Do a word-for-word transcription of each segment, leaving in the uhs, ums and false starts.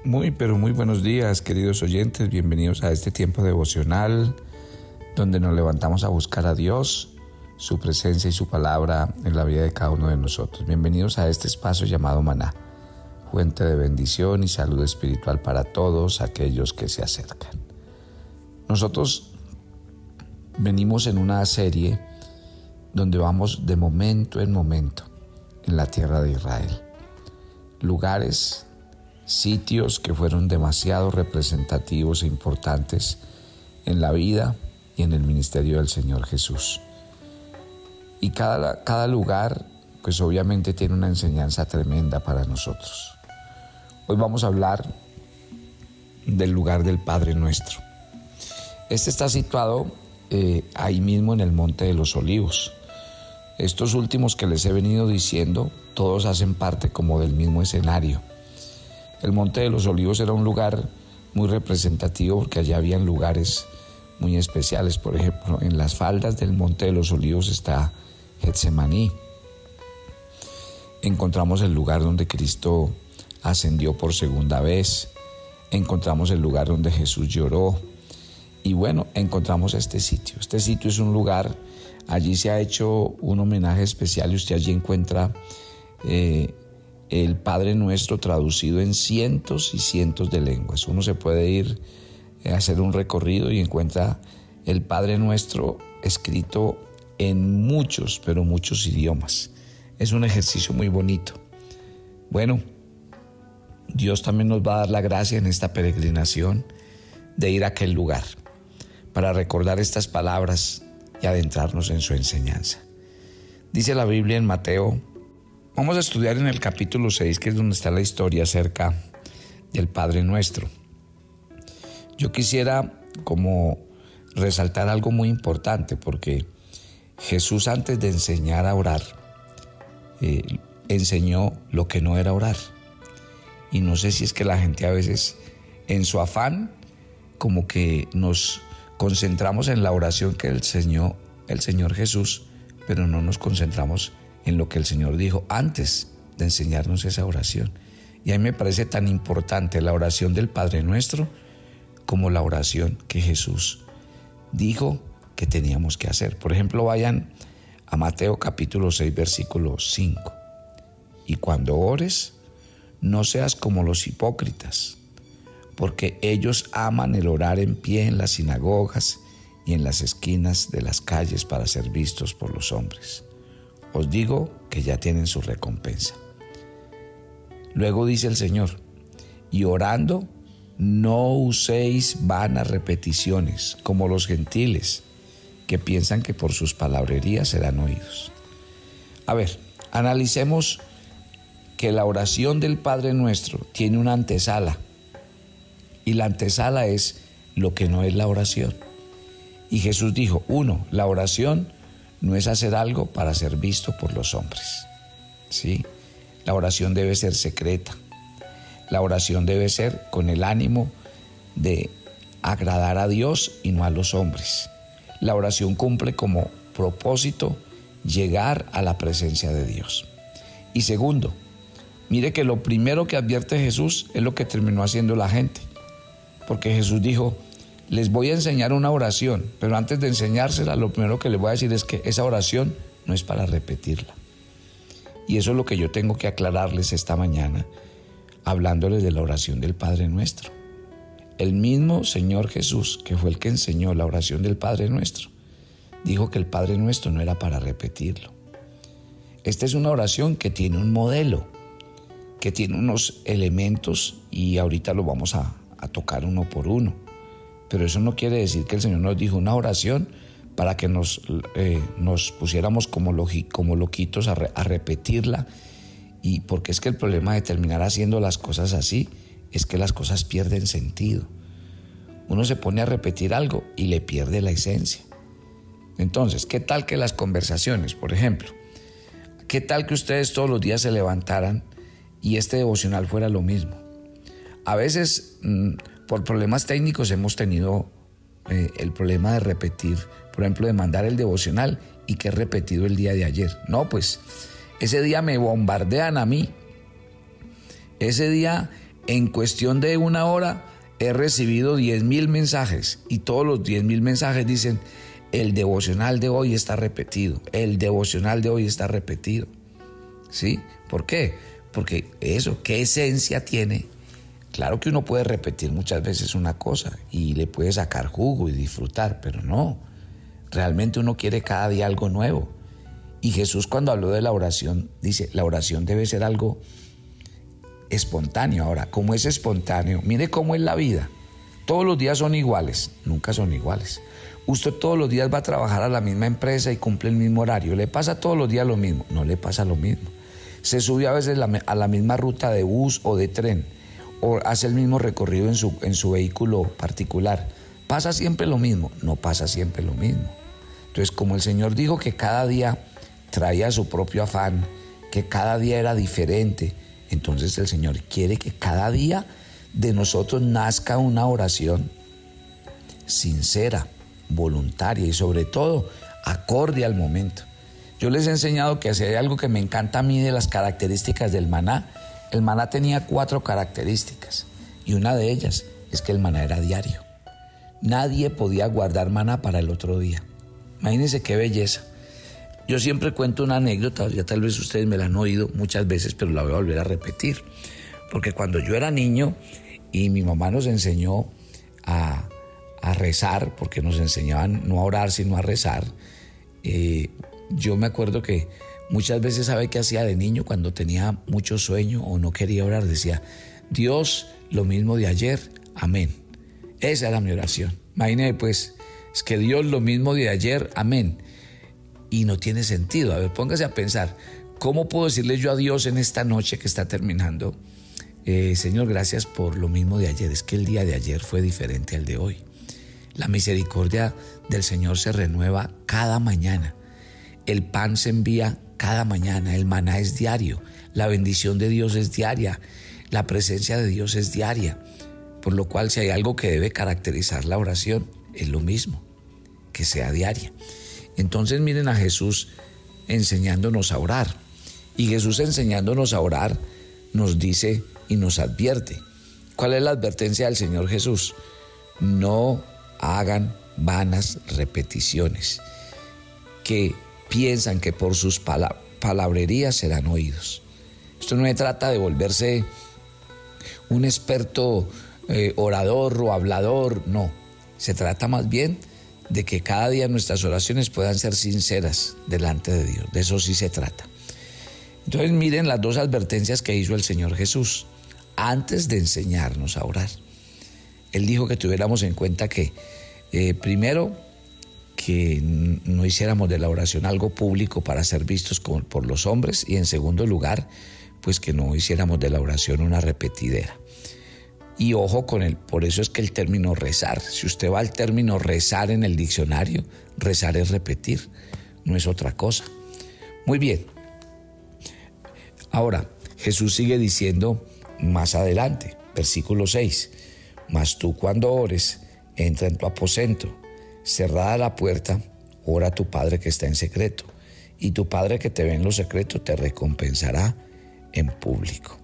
Muy, pero muy buenos días, queridos oyentes. Bienvenidos a este tiempo devocional donde nos levantamos a buscar a Dios, su presencia y su palabra en la vida de cada uno de nosotros. Bienvenidos a este espacio llamado Maná, fuente de bendición y salud espiritual para todos aquellos que se acercan. Nosotros venimos en una serie donde vamos de momento en momento en la tierra de Israel. Lugares, sitios que fueron demasiado representativos e importantes en la vida y en el ministerio del Señor Jesús. Y cada, cada lugar, pues obviamente tiene una enseñanza tremenda para nosotros. Hoy vamos a hablar del lugar del Padre Nuestro. Este está situado eh, ahí mismo en el Monte de los Olivos. Estos últimos que les he venido diciendo, todos hacen parte como del mismo escenario. El Monte de los Olivos era un lugar muy representativo porque allá habían lugares muy especiales. Por ejemplo, en las faldas del Monte de los Olivos está Getsemaní. Encontramos el lugar donde Cristo ascendió por segunda vez. Encontramos el lugar donde Jesús lloró. Y bueno, encontramos este sitio. Este sitio es un lugar, allí se ha hecho un homenaje especial y usted allí encuentra eh, el Padre Nuestro traducido en cientos y cientos de lenguas. Uno se puede ir a hacer un recorrido y encuentra el Padre Nuestro escrito en muchos, pero muchos idiomas. Es un ejercicio muy bonito. Bueno, Dios también nos va a dar la gracia en esta peregrinación de ir a aquel lugar para recordar estas palabras y adentrarnos en su enseñanza. Dice la Biblia en Mateo. Vamos a estudiar en el capítulo seis, que es donde está la historia acerca del Padre Nuestro. Yo quisiera como resaltar algo muy importante, porque Jesús, antes de enseñar a orar, eh, enseñó lo que no era orar. Y no sé si es que la gente a veces, en su afán, como que nos concentramos en la oración que enseñó el Señor Jesús, pero no nos concentramos en lo que el Señor dijo antes de enseñarnos esa oración. Y a mí me parece tan importante la oración del Padre Nuestro como la oración que Jesús dijo que teníamos que hacer. Por ejemplo, vayan a Mateo capítulo seis, versículo cinco. Y cuando ores, no seas como los hipócritas, porque ellos aman el orar en pie en las sinagogas y en las esquinas de las calles para ser vistos por los hombres. Os digo que ya tienen su recompensa. Luego dice el Señor, y orando, no uséis vanas repeticiones, como los gentiles, que piensan que por sus palabrerías serán oídos. A ver, analicemos que la oración del Padre Nuestro tiene una antesala, y la antesala es lo que no es la oración. Y Jesús dijo, uno, la oración no es hacer algo para ser visto por los hombres, ¿sí? La oración debe ser secreta. La oración debe ser con el ánimo de agradar a Dios y no a los hombres. La oración cumple como propósito llegar a la presencia de Dios. Y segundo, mire que lo primero que advierte Jesús es lo que terminó haciendo la gente. Porque Jesús dijo, les voy a enseñar una oración, pero antes de enseñársela, lo primero que les voy a decir es que esa oración no es para repetirla. Y eso es lo que yo tengo que aclararles esta mañana, hablándoles de la oración del Padre Nuestro. El mismo Señor Jesús, que fue el que enseñó la oración del Padre Nuestro, dijo que el Padre Nuestro no era para repetirlo. Esta es una oración que tiene un modelo, que tiene unos elementos, y ahorita lo vamos a, a tocar uno por uno. Pero eso no quiere decir que el Señor nos dijo una oración para que nos, eh, nos pusiéramos como, logi, como loquitos a, re, a repetirla. Y porque es que el problema de terminar haciendo las cosas así es que las cosas pierden sentido. Uno se pone a repetir algo y le pierde la esencia. Entonces, ¿qué tal que las conversaciones, por ejemplo? ¿Qué tal que ustedes todos los días se levantaran y este devocional fuera lo mismo? A veces, mmm, por problemas técnicos hemos tenido eh, el problema de repetir, por ejemplo, de mandar el devocional y que he repetido el día de ayer. No, pues ese día me bombardean a mí. Ese día En cuestión de una hora he recibido diez mil mensajes y todos los diez mil mensajes dicen, el devocional de hoy está repetido, el devocional de hoy está repetido. ¿Sí? ¿Por qué? Porque eso, ¿qué esencia tiene? Claro que uno puede repetir muchas veces una cosa y le puede sacar jugo y disfrutar, pero no. Realmente uno quiere cada día algo nuevo. Y Jesús, cuando habló de la oración, dice, la oración debe ser algo espontáneo. Ahora, como es espontáneo, mire cómo es la vida. Todos los días son iguales, nunca son iguales. Usted todos los días va a trabajar a la misma empresa y cumple el mismo horario. ¿Le pasa todos los días lo mismo? No le pasa lo mismo. Se sube a veces a la misma ruta de bus o de tren, o hace el mismo recorrido en su, en su vehículo particular. ¿Pasa siempre lo mismo? No pasa siempre lo mismo. Entonces, como el Señor dijo que cada día traía su propio afán, que cada día era diferente, entonces el Señor quiere que cada día de nosotros nazca una oración sincera, voluntaria y sobre todo acorde al momento. Yo les he enseñado que si hay algo que me encanta a mí de las características del maná, el maná tenía cuatro características y una de ellas es que el maná era diario. Nadie podía guardar maná para el otro día. Imagínense qué belleza. Yo siempre cuento una anécdota, ya tal vez ustedes me la han oído muchas veces, pero la voy a volver a repetir. Porque cuando yo era niño y mi mamá nos enseñó a, a rezar, porque nos enseñaban no a orar sino a rezar, eh, yo me acuerdo que muchas veces, ¿sabe qué hacía de niño? Cuando tenía mucho sueño o no quería orar, decía, Dios, lo mismo de ayer, amén. Esa era mi oración. Imagínate pues, es que Dios lo mismo de ayer, amén. Y no tiene sentido. A ver, póngase a pensar, ¿cómo puedo decirle yo a Dios en esta noche que está terminando? Eh, Señor, gracias por lo mismo de ayer. Es que el día de ayer fue diferente al de hoy. La misericordia del Señor se renueva cada mañana. El pan se envía cada mañana. El maná es diario. La bendición de Dios es diaria. La presencia de Dios es diaria. Por lo cual, si hay algo que debe caracterizar la oración, es lo mismo, que sea diaria. Entonces miren a Jesús enseñándonos a orar. Y Jesús enseñándonos a orar nos dice y nos advierte. ¿Cuál es la advertencia del Señor Jesús? No hagan vanas repeticiones que piensan que por sus pala- palabrerías serán oídos. Esto no se trata de volverse un experto eh, orador o hablador, no. Se trata más bien de que cada día nuestras oraciones puedan ser sinceras delante de Dios. De eso sí se trata. Entonces miren las dos advertencias que hizo el Señor Jesús antes de enseñarnos a orar. Él dijo que tuviéramos en cuenta que eh, primero que no hiciéramos de la oración algo público para ser vistos por los hombres, y en segundo lugar pues que no hiciéramos de la oración una repetidera. Y ojo con él, por eso es que el término rezar, si usted va al término rezar en el diccionario, rezar es repetir, no es otra cosa. Muy bien. Ahora, Jesús sigue diciendo más adelante, versículo seis, mas tú cuando ores, entra en tu aposento, cerrada la puerta, ora a tu Padre que está en secreto, y tu Padre que te ve en lo secreto te recompensará en público.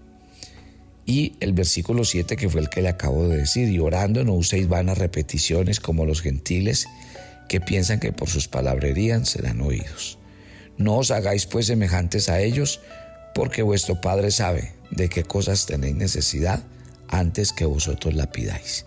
Y el versículo siete, que fue el que le acabo de decir, y orando no uséis vanas repeticiones como los gentiles que piensan que por sus palabrerías serán oídos. No os hagáis pues semejantes a ellos, porque vuestro Padre sabe de qué cosas tenéis necesidad antes que vosotros la pidáis.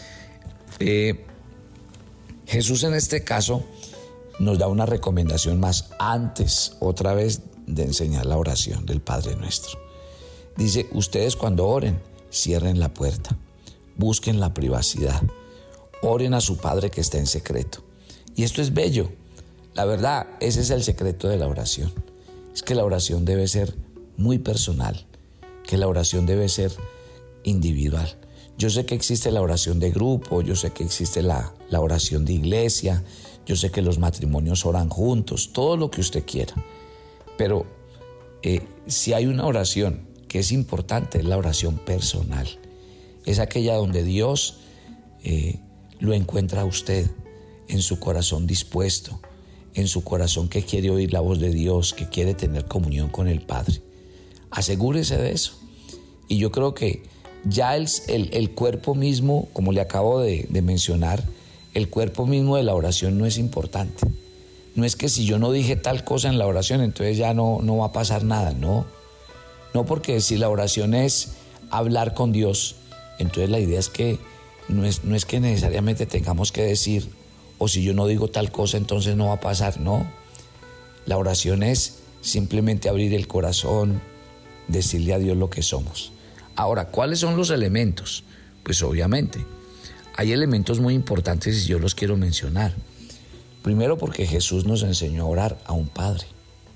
Eh, Jesús en este caso nos da una recomendación más antes, otra vez, de enseñar la oración del Padre Nuestro. Dice, ustedes cuando oren, cierren la puerta, busquen la privacidad, oren a su Padre que está en secreto. Y esto es bello. La verdad, ese es el secreto de la oración. Es que la oración debe ser muy personal, que la oración debe ser individual. Yo sé que existe la oración de grupo, yo sé que existe la, la oración de iglesia, yo sé que los matrimonios oran juntos, todo lo que usted quiera. Pero eh, si hay una oración que es importante, es la oración personal. Es aquella donde Dios eh, lo encuentra a usted en su corazón dispuesto, en su corazón que quiere oír la voz de Dios, que quiere tener comunión con el Padre. Asegúrese de eso. Y yo creo que ya el, el, el cuerpo mismo, como le acabo de, de mencionar, el cuerpo mismo de la oración no es importante. No es que si yo no dije tal cosa en la oración, entonces ya no, no va a pasar nada, no. No, porque si la oración es hablar con Dios, entonces la idea es que no es, no es que necesariamente tengamos que decir, o si yo no digo tal cosa, entonces no va a pasar, no. La oración es simplemente abrir el corazón, decirle a Dios lo que somos. Ahora, ¿cuáles son los elementos? Pues obviamente, hay elementos muy importantes y yo los quiero mencionar. Primero, porque Jesús nos enseñó a orar a un Padre.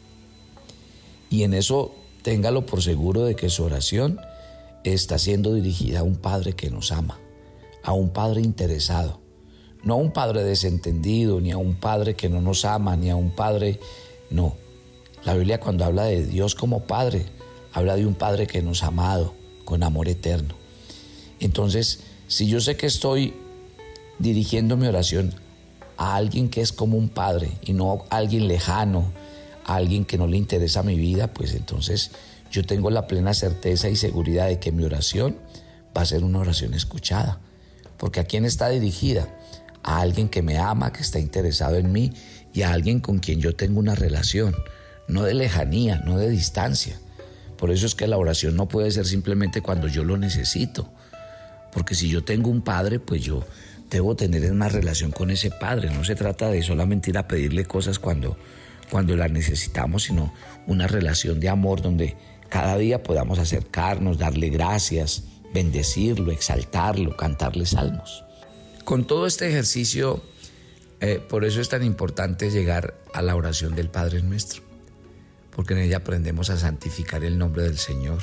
Y en eso, téngalo por seguro de que su oración está siendo dirigida a un Padre que nos ama, a un Padre interesado. No a un Padre desentendido, ni a un Padre que no nos ama, ni a un Padre... No. La Biblia, cuando habla de Dios como Padre, habla de un Padre que nos ha amado con amor eterno. Entonces, si yo sé que estoy dirigiendo mi oración a alguien que es como un padre y no a alguien lejano, a alguien que no le interesa mi vida, pues entonces yo tengo la plena certeza y seguridad de que mi oración va a ser una oración escuchada. Porque ¿a quién está dirigida? A alguien que me ama, que está interesado en mí y a alguien con quien yo tengo una relación, no de lejanía, no de distancia. Por eso es que la oración no puede ser simplemente cuando yo lo necesito. Porque si yo tengo un padre, pues yo debo tener una relación con ese padre. No se trata de solamente ir a pedirle cosas cuando, cuando las necesitamos, sino una relación de amor donde cada día podamos acercarnos, darle gracias, bendecirlo, exaltarlo, cantarle salmos. Con todo este ejercicio, eh, por eso es tan importante llegar a la oración del Padre Nuestro, porque en ella aprendemos a santificar el nombre del Señor,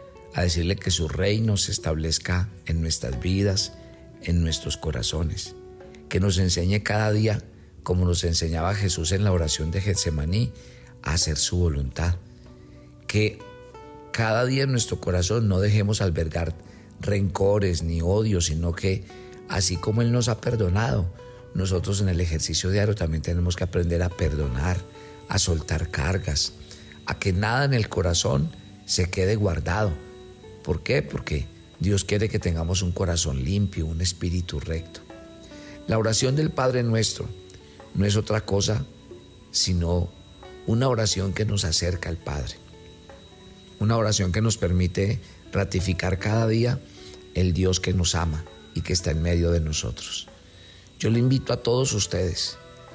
a decirle que su reino se establezca en nuestras vidas, en nuestros corazones, que nos enseñe cada día, como nos enseñaba Jesús en la oración de Getsemaní, a hacer su voluntad, que cada día en nuestro corazón no dejemos albergar rencores ni odios, sino que así como Él nos ha perdonado, nosotros en el ejercicio diario también tenemos que aprender a perdonar, a soltar cargas, a que nada en el corazón se quede guardado. ¿Por qué? Porque Dios quiere que tengamos un corazón limpio, un espíritu recto. La oración del Padre Nuestro no es otra cosa sino una oración que nos acerca al Padre. Una oración que nos permite ratificar cada día el Dios que nos ama y que está en medio de nosotros. Yo le invito a todos ustedes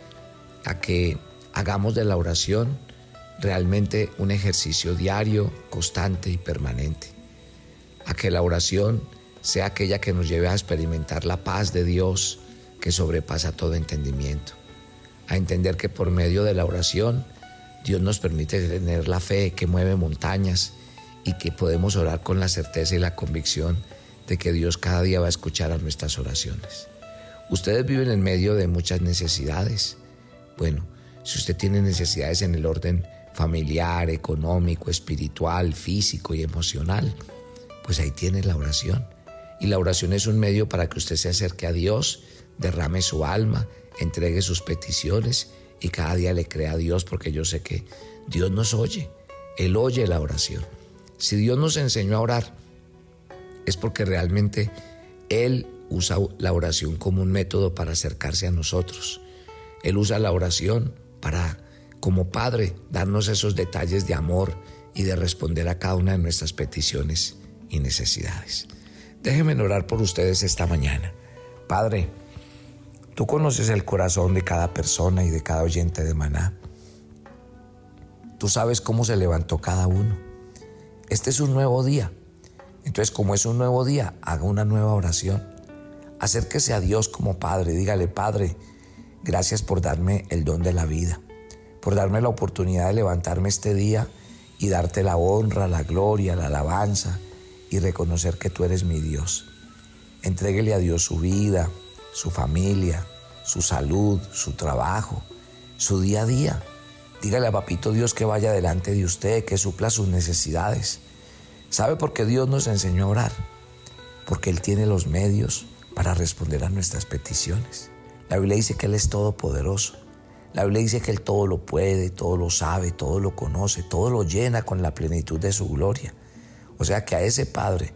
a que hagamos de la oración realmente un ejercicio diario, constante y permanente. A que la oración sea aquella que nos lleve a experimentar la paz de Dios que sobrepasa todo entendimiento. A entender que por medio de la oración Dios nos permite tener la fe que mueve montañas y que podemos orar con la certeza y la convicción de que Dios cada día va a escuchar a nuestras oraciones. Ustedes viven en medio de muchas necesidades. Bueno, si usted tiene necesidades en el orden familiar, económico, espiritual, físico y emocional, pues ahí tiene la oración. Y la oración es un medio para que usted se acerque a Dios, derrame su alma, entregue sus peticiones y cada día le crea a Dios, porque yo sé que Dios nos oye. Él oye la oración. Si Dios nos enseñó a orar, es porque realmente Él usa la oración como un método para acercarse a nosotros. Él usa la oración para, como Padre, darnos esos detalles de amor y de responder a cada una de nuestras peticiones y necesidades. Déjenme orar por ustedes esta mañana. Padre, tú conoces el corazón de cada persona y de cada oyente de Maná. Tú sabes cómo se levantó cada uno. Este es un nuevo día. Entonces, como es un nuevo día, haga una nueva oración. Acérquese a Dios como Padre. Dígale: Padre, gracias por darme el don de la vida, por darme la oportunidad de levantarme este día y darte la honra, la gloria, la alabanza y reconocer que tú eres mi Dios. Entréguele a Dios su vida, su familia, su salud, su trabajo, su día a día. Dígale a Papito Dios que vaya delante de usted, que supla sus necesidades. ¿Sabe por qué Dios nos enseñó a orar? Porque Él tiene los medios para responder a nuestras peticiones. La Biblia dice que Él es todopoderoso. La Biblia dice que Él todo lo puede, todo lo sabe, todo lo conoce, todo lo llena con la plenitud de su gloria. O sea que a ese Padre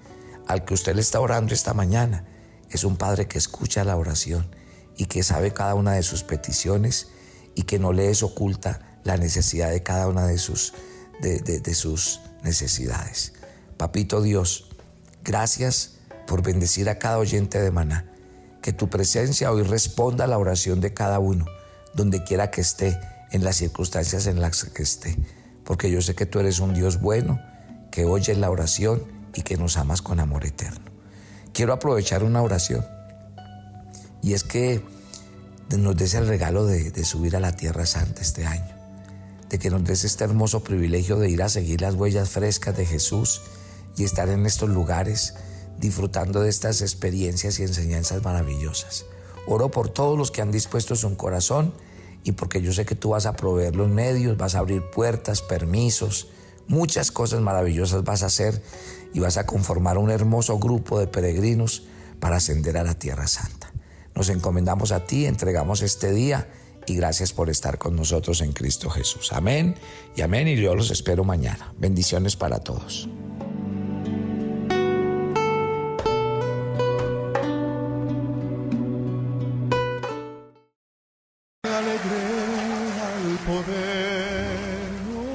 al que usted le está orando esta mañana es un Padre que escucha la oración y que sabe cada una de sus peticiones y que no le es oculta la necesidad de cada una de sus, de, de, de sus necesidades. Papito Dios, gracias por bendecir a cada oyente de Maná. Que tu presencia hoy responda a la oración de cada uno, donde quiera que esté, en las circunstancias en las que esté. Porque yo sé que tú eres un Dios bueno, que oyes la oración y que nos amas con amor eterno. Quiero aprovechar una oración, y es que nos des el regalo de, de subir a la Tierra Santa este año, de que nos des este hermoso privilegio de ir a seguir las huellas frescas de Jesús y estar en estos lugares disfrutando de estas experiencias y enseñanzas maravillosas. Oro por todos los que han dispuesto su corazón y porque yo sé que tú vas a proveer los medios, vas a abrir puertas, permisos, muchas cosas maravillosas vas a hacer y vas a conformar un hermoso grupo de peregrinos para ascender a la Tierra Santa. Nos encomendamos a ti, entregamos este día y gracias por estar con nosotros en Cristo Jesús. Amén y amén, y yo los espero mañana. Bendiciones para todos. Me alegré al poder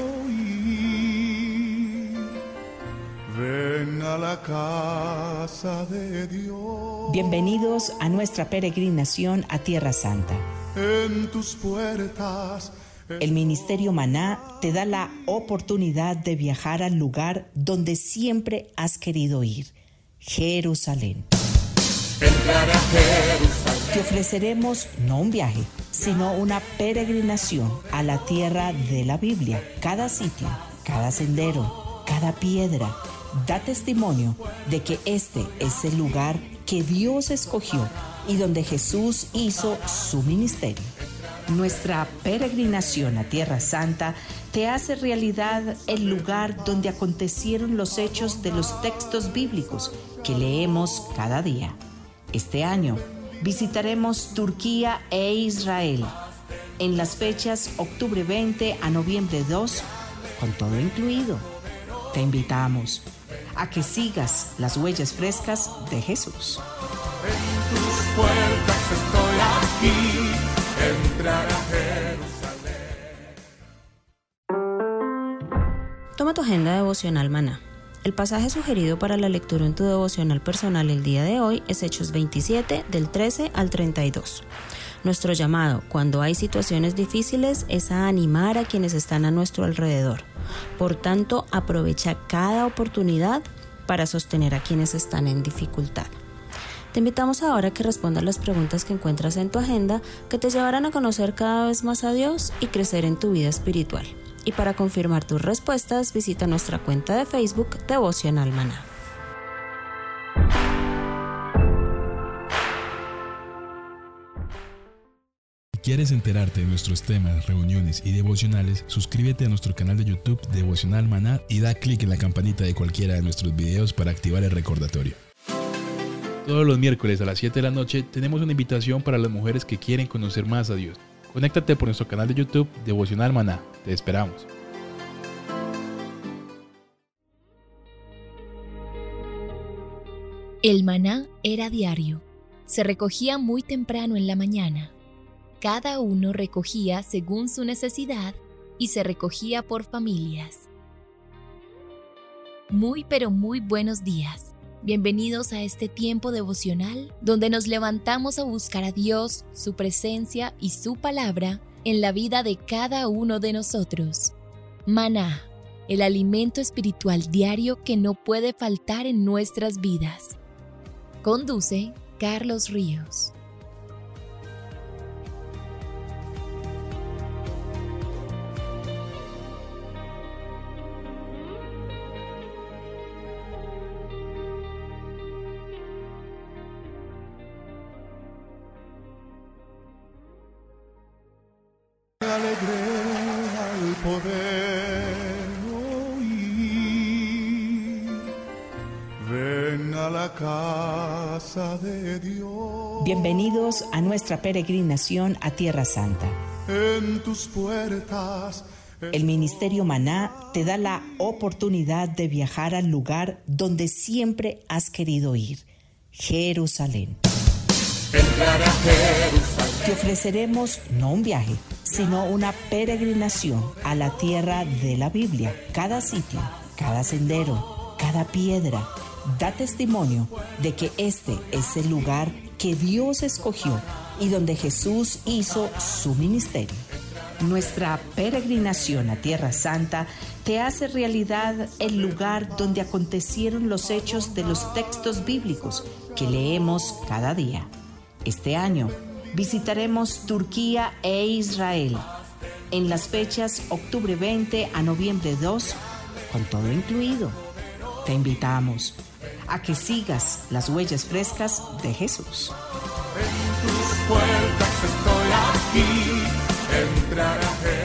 oír, ven a la casa de Dios. Bienvenidos a nuestra peregrinación a Tierra Santa. En tus puertas. El Ministerio Maná te da la oportunidad de viajar al lugar donde siempre has querido ir, Jerusalén. Entrar a Jerusalén. Te ofreceremos no un viaje, sino una peregrinación a la tierra de la Biblia. Cada sitio, cada sendero, cada piedra da testimonio de que este es el lugar que Dios escogió y donde Jesús hizo su ministerio. Nuestra peregrinación a Tierra Santa te hace realidad el lugar donde acontecieron los hechos de los textos bíblicos que leemos cada día. Este año visitaremos Turquía e Israel en las fechas octubre veinte a noviembre dos, con todo incluido. Te invitamos a que sigas las huellas frescas de Jesús. En tus puertas estoy aquí, entrar a Jerusalén. Toma tu agenda devocional Maná. El pasaje sugerido para la lectura en tu devocional personal el día de hoy es Hechos veintisiete, del trece al treinta y dos. Nuestro llamado, cuando hay situaciones difíciles, es a animar a quienes están a nuestro alrededor. Por tanto, aprovecha cada oportunidad para sostener a quienes están en dificultad. Te invitamos ahora a que respondas las preguntas que encuentras en tu agenda, que te llevarán a conocer cada vez más a Dios y crecer en tu vida espiritual. Y para confirmar tus respuestas, visita nuestra cuenta de Facebook Devocional Maná. Si quieres enterarte de nuestros temas, reuniones y devocionales, suscríbete a nuestro canal de YouTube Devocional Maná y da clic en la campanita de cualquiera de nuestros videos para activar el recordatorio. Todos los miércoles a las siete de la noche tenemos una invitación para las mujeres que quieren conocer más a Dios. Conéctate por nuestro canal de YouTube Devocional Maná. Te esperamos. El maná era diario. Se recogía muy temprano en la mañana. Cada uno recogía según su necesidad y se recogía por familias. Muy pero muy buenos días. Bienvenidos a este tiempo devocional donde nos levantamos a buscar a Dios, su presencia y su palabra en la vida de cada uno de nosotros. Maná, el alimento espiritual diario que no puede faltar en nuestras vidas. Conduce Carlos Ríos. Me alegré al poder oír, ven a la casa de Dios. Bienvenidos a nuestra peregrinación a Tierra Santa. En tus puertas El Ministerio Maná te da la oportunidad de viajar al lugar donde siempre has querido ir, Jerusalén. Entrar a Jerusalén. Te ofreceremos no un viaje, sino una peregrinación a la tierra de la Biblia. Cada sitio, cada sendero, cada piedra da testimonio de que este es el lugar que Dios escogió y donde Jesús hizo su ministerio. Nuestra peregrinación a Tierra Santa te hace realidad el lugar donde acontecieron los hechos de los textos bíblicos que leemos cada día. Este año visitaremos Turquía e Israel en las fechas octubre veinte a noviembre dos, con todo incluido. Te invitamos a que sigas las huellas frescas de Jesús. En tus puertas estoy aquí, entrar a Jerusalén.